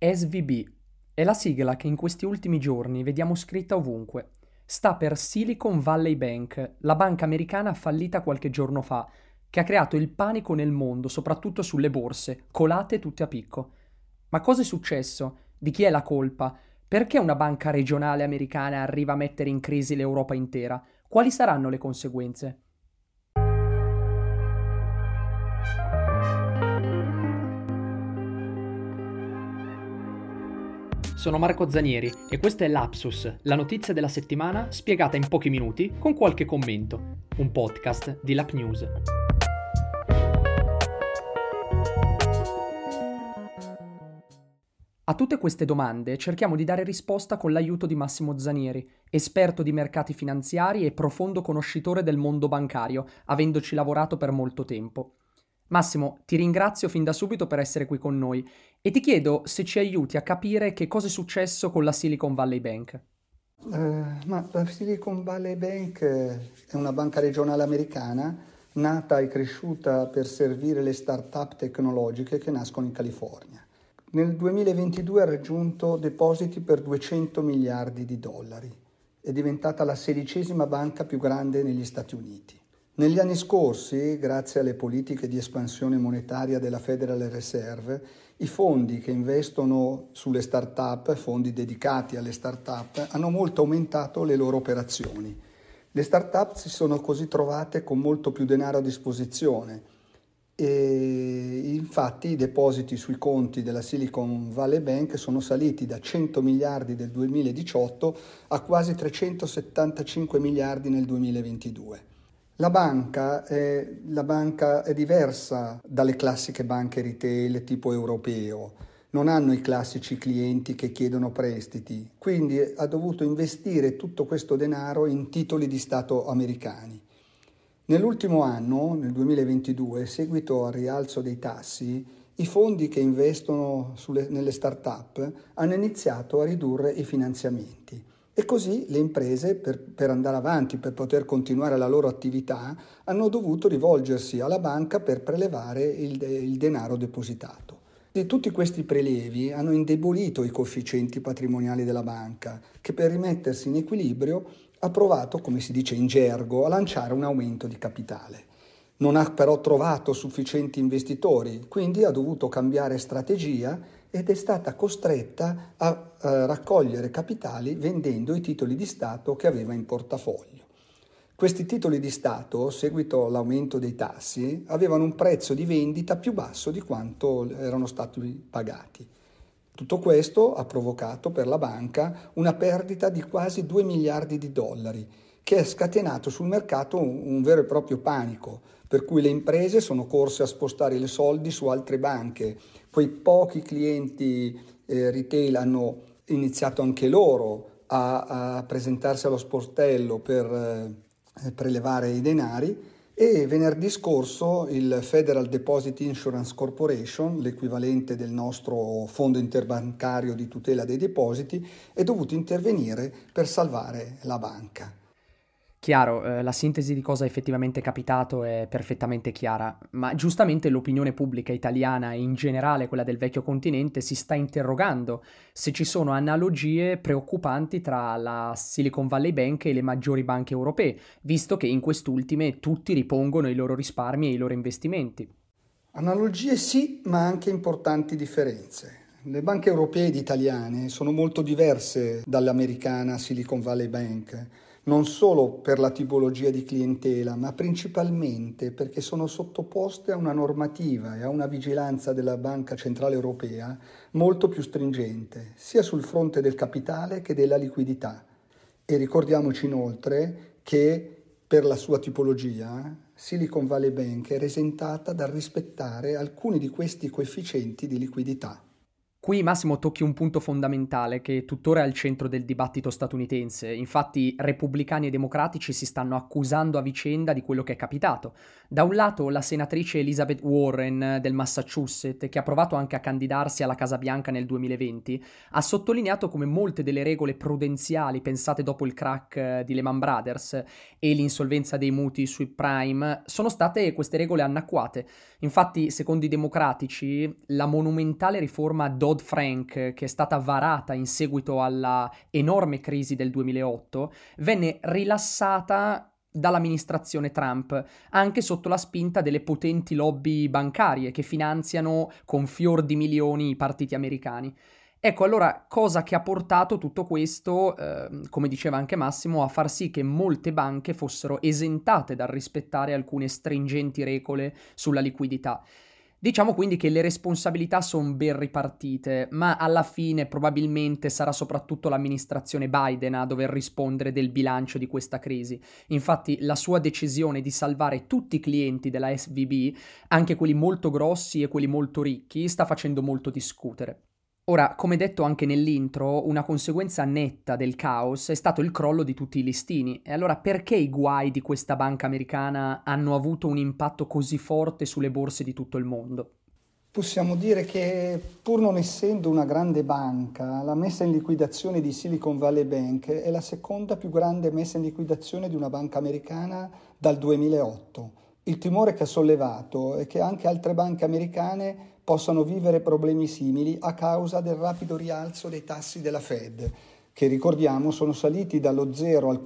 SVB è la sigla che in questi ultimi giorni vediamo scritta ovunque. Sta per Silicon Valley Bank, la banca americana fallita qualche giorno fa, che ha creato il panico nel mondo, soprattutto sulle borse, colate tutte a picco. Ma cosa è successo? Di chi è la colpa? Perché una banca regionale americana arriva a mettere in crisi l'Europa intera? Quali saranno le conseguenze? Sono Marco Zanieri e questo è Lapsus, la notizia della settimana spiegata in pochi minuti con qualche commento. Un podcast di Lap News. A tutte queste domande cerchiamo di dare risposta con l'aiuto di Massimo Zanieri, esperto di mercati finanziari e profondo conoscitore del mondo bancario, avendoci lavorato per molto tempo. Massimo, ti ringrazio fin da subito per essere qui con noi e ti chiedo se ci aiuti a capire che cosa è successo con la Silicon Valley Bank. Ma la Silicon Valley Bank è una banca regionale americana nata e cresciuta per servire le start-up tecnologiche che nascono in California. Nel 2022 ha raggiunto depositi per 200 miliardi di dollari. È diventata la 16ª banca più grande negli Stati Uniti. Negli anni scorsi, grazie alle politiche di espansione monetaria della Federal Reserve, i fondi che investono sulle start-up, fondi dedicati alle start-up, hanno molto aumentato le loro operazioni. Le start-up si sono così trovate con molto più denaro a disposizione e infatti i depositi sui conti della Silicon Valley Bank sono saliti da 100 miliardi del 2018 a quasi 375 miliardi nel 2022. La banca è diversa dalle classiche banche retail tipo europeo, non hanno i classici clienti che chiedono prestiti, quindi ha dovuto investire tutto questo denaro in titoli di Stato americani. Nell'ultimo anno, nel 2022, seguito al rialzo dei tassi, i fondi che investono nelle start-up hanno iniziato a ridurre i finanziamenti. E così le imprese, per andare avanti, per poter continuare la loro attività, hanno dovuto rivolgersi alla banca per prelevare il denaro depositato. E tutti questi prelevi hanno indebolito i coefficienti patrimoniali della banca, che per rimettersi in equilibrio ha provato, come si dice in gergo, a lanciare un aumento di capitale. Non ha però trovato sufficienti investitori, quindi ha dovuto cambiare strategia ed è stata costretta a raccogliere capitali vendendo i titoli di Stato che aveva in portafoglio. Questi titoli di Stato, seguito all'aumento dei tassi, avevano un prezzo di vendita più basso di quanto erano stati pagati. Tutto questo ha provocato per la banca una perdita di quasi 2 miliardi di dollari, che ha scatenato sul mercato un vero e proprio panico, per cui le imprese sono corse a spostare i soldi su altre banche. Quei pochi clienti retail hanno iniziato anche loro a presentarsi allo sportello per prelevare i denari e venerdì scorso il Federal Deposit Insurance Corporation, l'equivalente del nostro fondo interbancario di tutela dei depositi, è dovuto intervenire per salvare la banca. Chiaro, la sintesi di cosa è effettivamente capitato è perfettamente chiara, ma giustamente l'opinione pubblica italiana e in generale quella del vecchio continente si sta interrogando se ci sono analogie preoccupanti tra la Silicon Valley Bank e le maggiori banche europee, visto che in quest'ultime tutti ripongono i loro risparmi e i loro investimenti. Analogie sì, ma anche importanti differenze. Le banche europee ed italiane sono molto diverse dall'americana Silicon Valley Bank, non solo per la tipologia di clientela, ma principalmente perché sono sottoposte a una normativa e a una vigilanza della Banca Centrale Europea molto più stringente, sia sul fronte del capitale che della liquidità. E ricordiamoci inoltre che per la sua tipologia Silicon Valley Bank era esentata dal rispettare alcuni di questi coefficienti di liquidità. Qui Massimo tocchi un punto fondamentale che tuttora è al centro del dibattito statunitense. Infatti repubblicani e democratici si stanno accusando a vicenda di quello che è capitato. Da un lato la senatrice Elizabeth Warren del Massachusetts, che ha provato anche a candidarsi alla Casa Bianca nel 2020, ha sottolineato come molte delle regole prudenziali pensate dopo il crack di Lehman Brothers e l'insolvenza dei mutui sui prime sono state queste regole annacquate. Infatti, secondo i democratici, la monumentale riforma Dodd-Frank, che è stata varata in seguito alla enorme crisi del 2008, venne rilassata dall'amministrazione Trump, anche sotto la spinta delle potenti lobby bancarie che finanziano con fior di milioni i partiti americani. Ecco, allora, cosa che ha portato tutto questo, come diceva anche Massimo, a far sì che molte banche fossero esentate dal rispettare alcune stringenti regole sulla liquidità. Diciamo quindi che le responsabilità son ben ripartite, ma alla fine probabilmente sarà soprattutto l'amministrazione Biden a dover rispondere del bilancio di questa crisi. Infatti la sua decisione di salvare tutti i clienti della SVB, anche quelli molto grossi e quelli molto ricchi, sta facendo molto discutere. Ora, come detto anche nell'intro, una conseguenza netta del caos è stato il crollo di tutti i listini. E allora perché i guai di questa banca americana hanno avuto un impatto così forte sulle borse di tutto il mondo? Possiamo dire che, pur non essendo una grande banca, la messa in liquidazione di Silicon Valley Bank è la seconda più grande messa in liquidazione di una banca americana dal 2008. Il timore che ha sollevato è che anche altre banche americane possano vivere problemi simili a causa del rapido rialzo dei tassi della Fed, che ricordiamo sono saliti dallo 0 al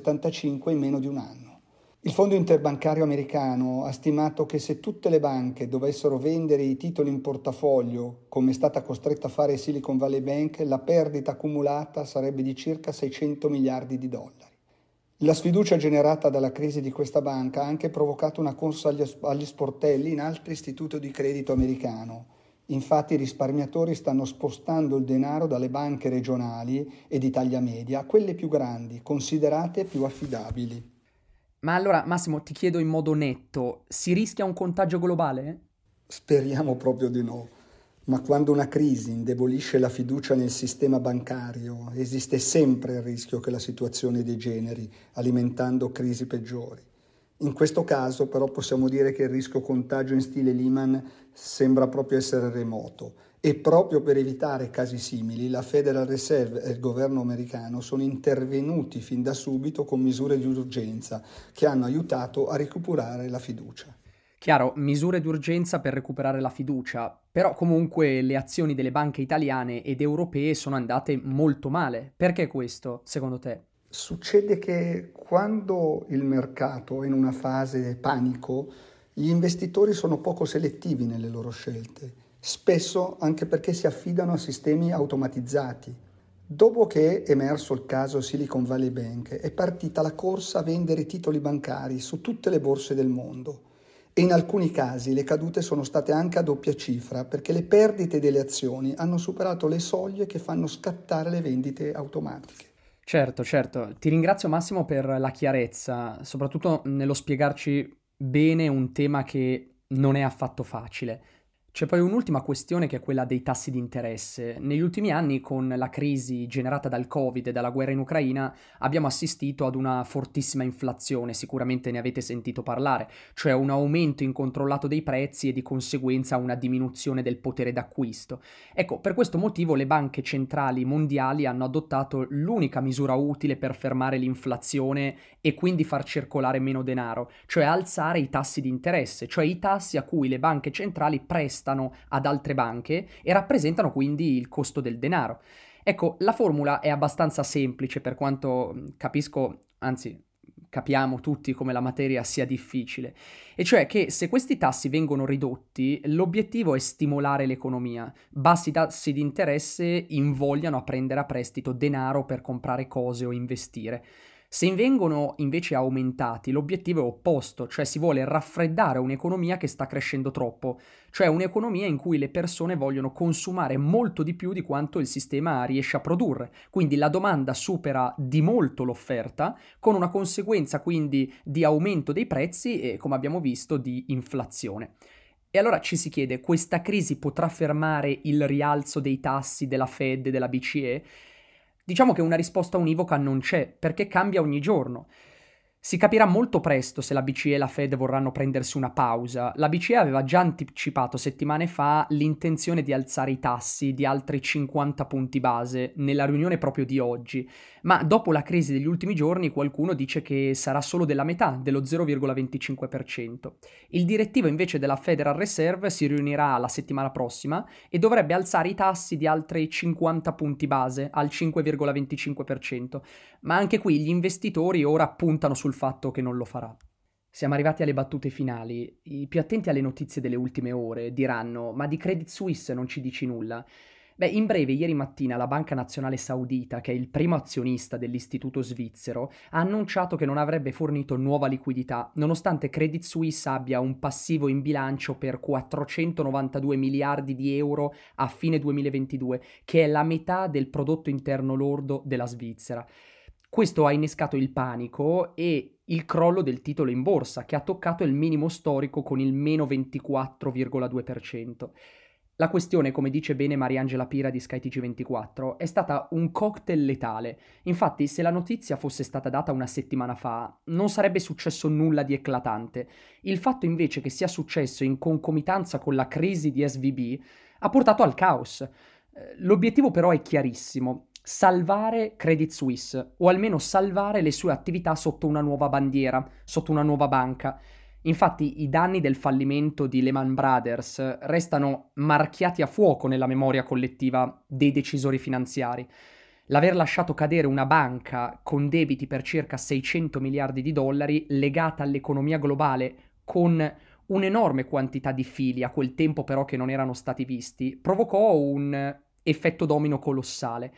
4,75 in meno di un anno. Il Fondo Interbancario Americano ha stimato che se tutte le banche dovessero vendere i titoli in portafoglio, come è stata costretta a fare Silicon Valley Bank, la perdita accumulata sarebbe di circa 600 miliardi di dollari. La sfiducia generata dalla crisi di questa banca ha anche provocato una corsa agli sportelli in altri istituti di credito americano. Infatti i risparmiatori stanno spostando il denaro dalle banche regionali e di taglia media a quelle più grandi, considerate più affidabili. Ma allora, Massimo, ti chiedo in modo netto, si rischia un contagio globale? Speriamo proprio di no. Ma quando una crisi indebolisce la fiducia nel sistema bancario, esiste sempre il rischio che la situazione degeneri, alimentando crisi peggiori. In questo caso però possiamo dire che il rischio contagio in stile Lehman sembra proprio essere remoto e proprio per evitare casi simili la Federal Reserve e il governo americano sono intervenuti fin da subito con misure di urgenza che hanno aiutato a recuperare la fiducia. Chiaro, misure d'urgenza per recuperare la fiducia, però comunque le azioni delle banche italiane ed europee sono andate molto male. Perché questo, secondo te? Succede che quando il mercato è in una fase panico, gli investitori sono poco selettivi nelle loro scelte, spesso anche perché si affidano a sistemi automatizzati. Dopo che è emerso il caso Silicon Valley Bank, è partita la corsa a vendere titoli bancari su tutte le borse del mondo. E in alcuni casi le cadute sono state anche a doppia cifra perché le perdite delle azioni hanno superato le soglie che fanno scattare le vendite automatiche. Certo, certo. Ti ringrazio Massimo per la chiarezza, soprattutto nello spiegarci bene un tema che non è affatto facile. C'è poi un'ultima questione che è quella dei tassi di interesse. Negli ultimi anni, con la crisi generata dal Covid e dalla guerra in Ucraina, abbiamo assistito ad una fortissima inflazione, sicuramente ne avete sentito parlare, cioè un aumento incontrollato dei prezzi e di conseguenza una diminuzione del potere d'acquisto. Ecco, per questo motivo le banche centrali mondiali hanno adottato l'unica misura utile per fermare l'inflazione e quindi far circolare meno denaro, cioè alzare i tassi di interesse, cioè i tassi a cui le banche centrali prestano ad altre banche e rappresentano quindi il costo del denaro. Ecco, la formula è abbastanza semplice per quanto capisco, anzi capiamo tutti come la materia sia difficile, e cioè che se questi tassi vengono ridotti, l'obiettivo è stimolare l'economia. Bassi tassi di interesse invogliano a prendere a prestito denaro per comprare cose o investire. Se vengono invece aumentati, l'obiettivo è opposto, cioè si vuole raffreddare un'economia che sta crescendo troppo, cioè un'economia in cui le persone vogliono consumare molto di più di quanto il sistema riesce a produrre. Quindi la domanda supera di molto l'offerta, con una conseguenza quindi di aumento dei prezzi e, come abbiamo visto, di inflazione. E allora ci si chiede, questa crisi potrà fermare il rialzo dei tassi della Fed e della BCE? Diciamo che una risposta univoca non c'è, perché cambia ogni giorno. Si capirà molto presto se la BCE e la Fed vorranno prendersi una pausa. La BCE aveva già anticipato settimane fa l'intenzione di alzare i tassi di altri 50 punti base nella riunione proprio di oggi, ma dopo la crisi degli ultimi giorni qualcuno dice che sarà solo della metà, dello 0,25%. Il direttivo invece della Federal Reserve si riunirà la settimana prossima e dovrebbe alzare i tassi di altri 50 punti base al 5,25%. Ma anche qui gli investitori ora puntano sul fatto che non lo farà. Siamo arrivati alle battute finali. I più attenti alle notizie delle ultime ore diranno: ma di Credit Suisse non ci dici nulla? Beh, in breve, ieri mattina la Banca Nazionale Saudita, che è il primo azionista dell'istituto svizzero, ha annunciato che non avrebbe fornito nuova liquidità, nonostante Credit Suisse abbia un passivo in bilancio per 492 miliardi di euro a fine 2022, che è la metà del prodotto interno lordo della Svizzera. Questo ha innescato il panico e il crollo del titolo in borsa, che ha toccato il minimo storico con il meno 24,2%. La questione, come dice bene Mariangela Pira di SkyTG24, è stata un cocktail letale. Infatti, se la notizia fosse stata data una settimana fa, non sarebbe successo nulla di eclatante. Il fatto invece che sia successo in concomitanza con la crisi di SVB ha portato al caos. L'obiettivo però è chiarissimo: salvare Credit Suisse, o almeno salvare le sue attività sotto una nuova bandiera, sotto una nuova banca. Infatti i danni del fallimento di Lehman Brothers restano marchiati a fuoco nella memoria collettiva dei decisori finanziari. L'aver lasciato cadere una banca con debiti per circa 600 miliardi di dollari legata all'economia globale, con un'enorme quantità di fili, a quel tempo però che non erano stati visti, provocò un effetto domino colossale.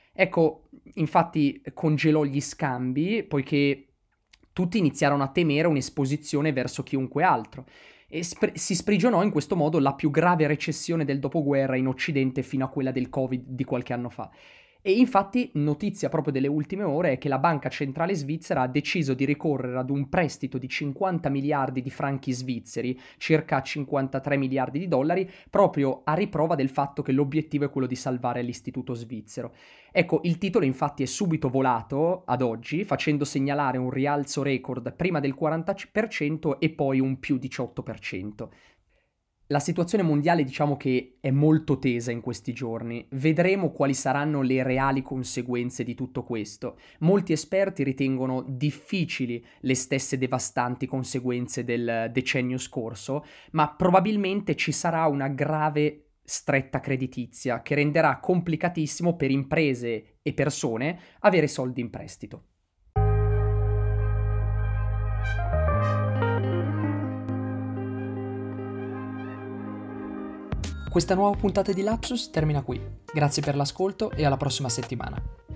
Ecco, infatti congelò gli scambi, poiché tutti iniziarono a temere un'esposizione verso chiunque altro e si sprigionò in questo modo la più grave recessione del dopoguerra in Occidente fino a quella del Covid di qualche anno fa. E infatti, notizia proprio delle ultime ore è che la Banca Centrale Svizzera ha deciso di ricorrere ad un prestito di 50 miliardi di franchi svizzeri, circa 53 miliardi di dollari, proprio a riprova del fatto che l'obiettivo è quello di salvare l'istituto svizzero. Ecco, il titolo infatti è subito volato ad oggi, facendo segnalare un rialzo record prima del 40% e poi un più 18%. La situazione mondiale diciamo che è molto tesa in questi giorni. Vedremo quali saranno le reali conseguenze di tutto questo. Molti esperti ritengono difficili le stesse devastanti conseguenze del decennio scorso, ma probabilmente ci sarà una grave stretta creditizia che renderà complicatissimo per imprese e persone avere soldi in prestito. Questa nuova puntata di Lapsus termina qui. Grazie per l'ascolto e alla prossima settimana.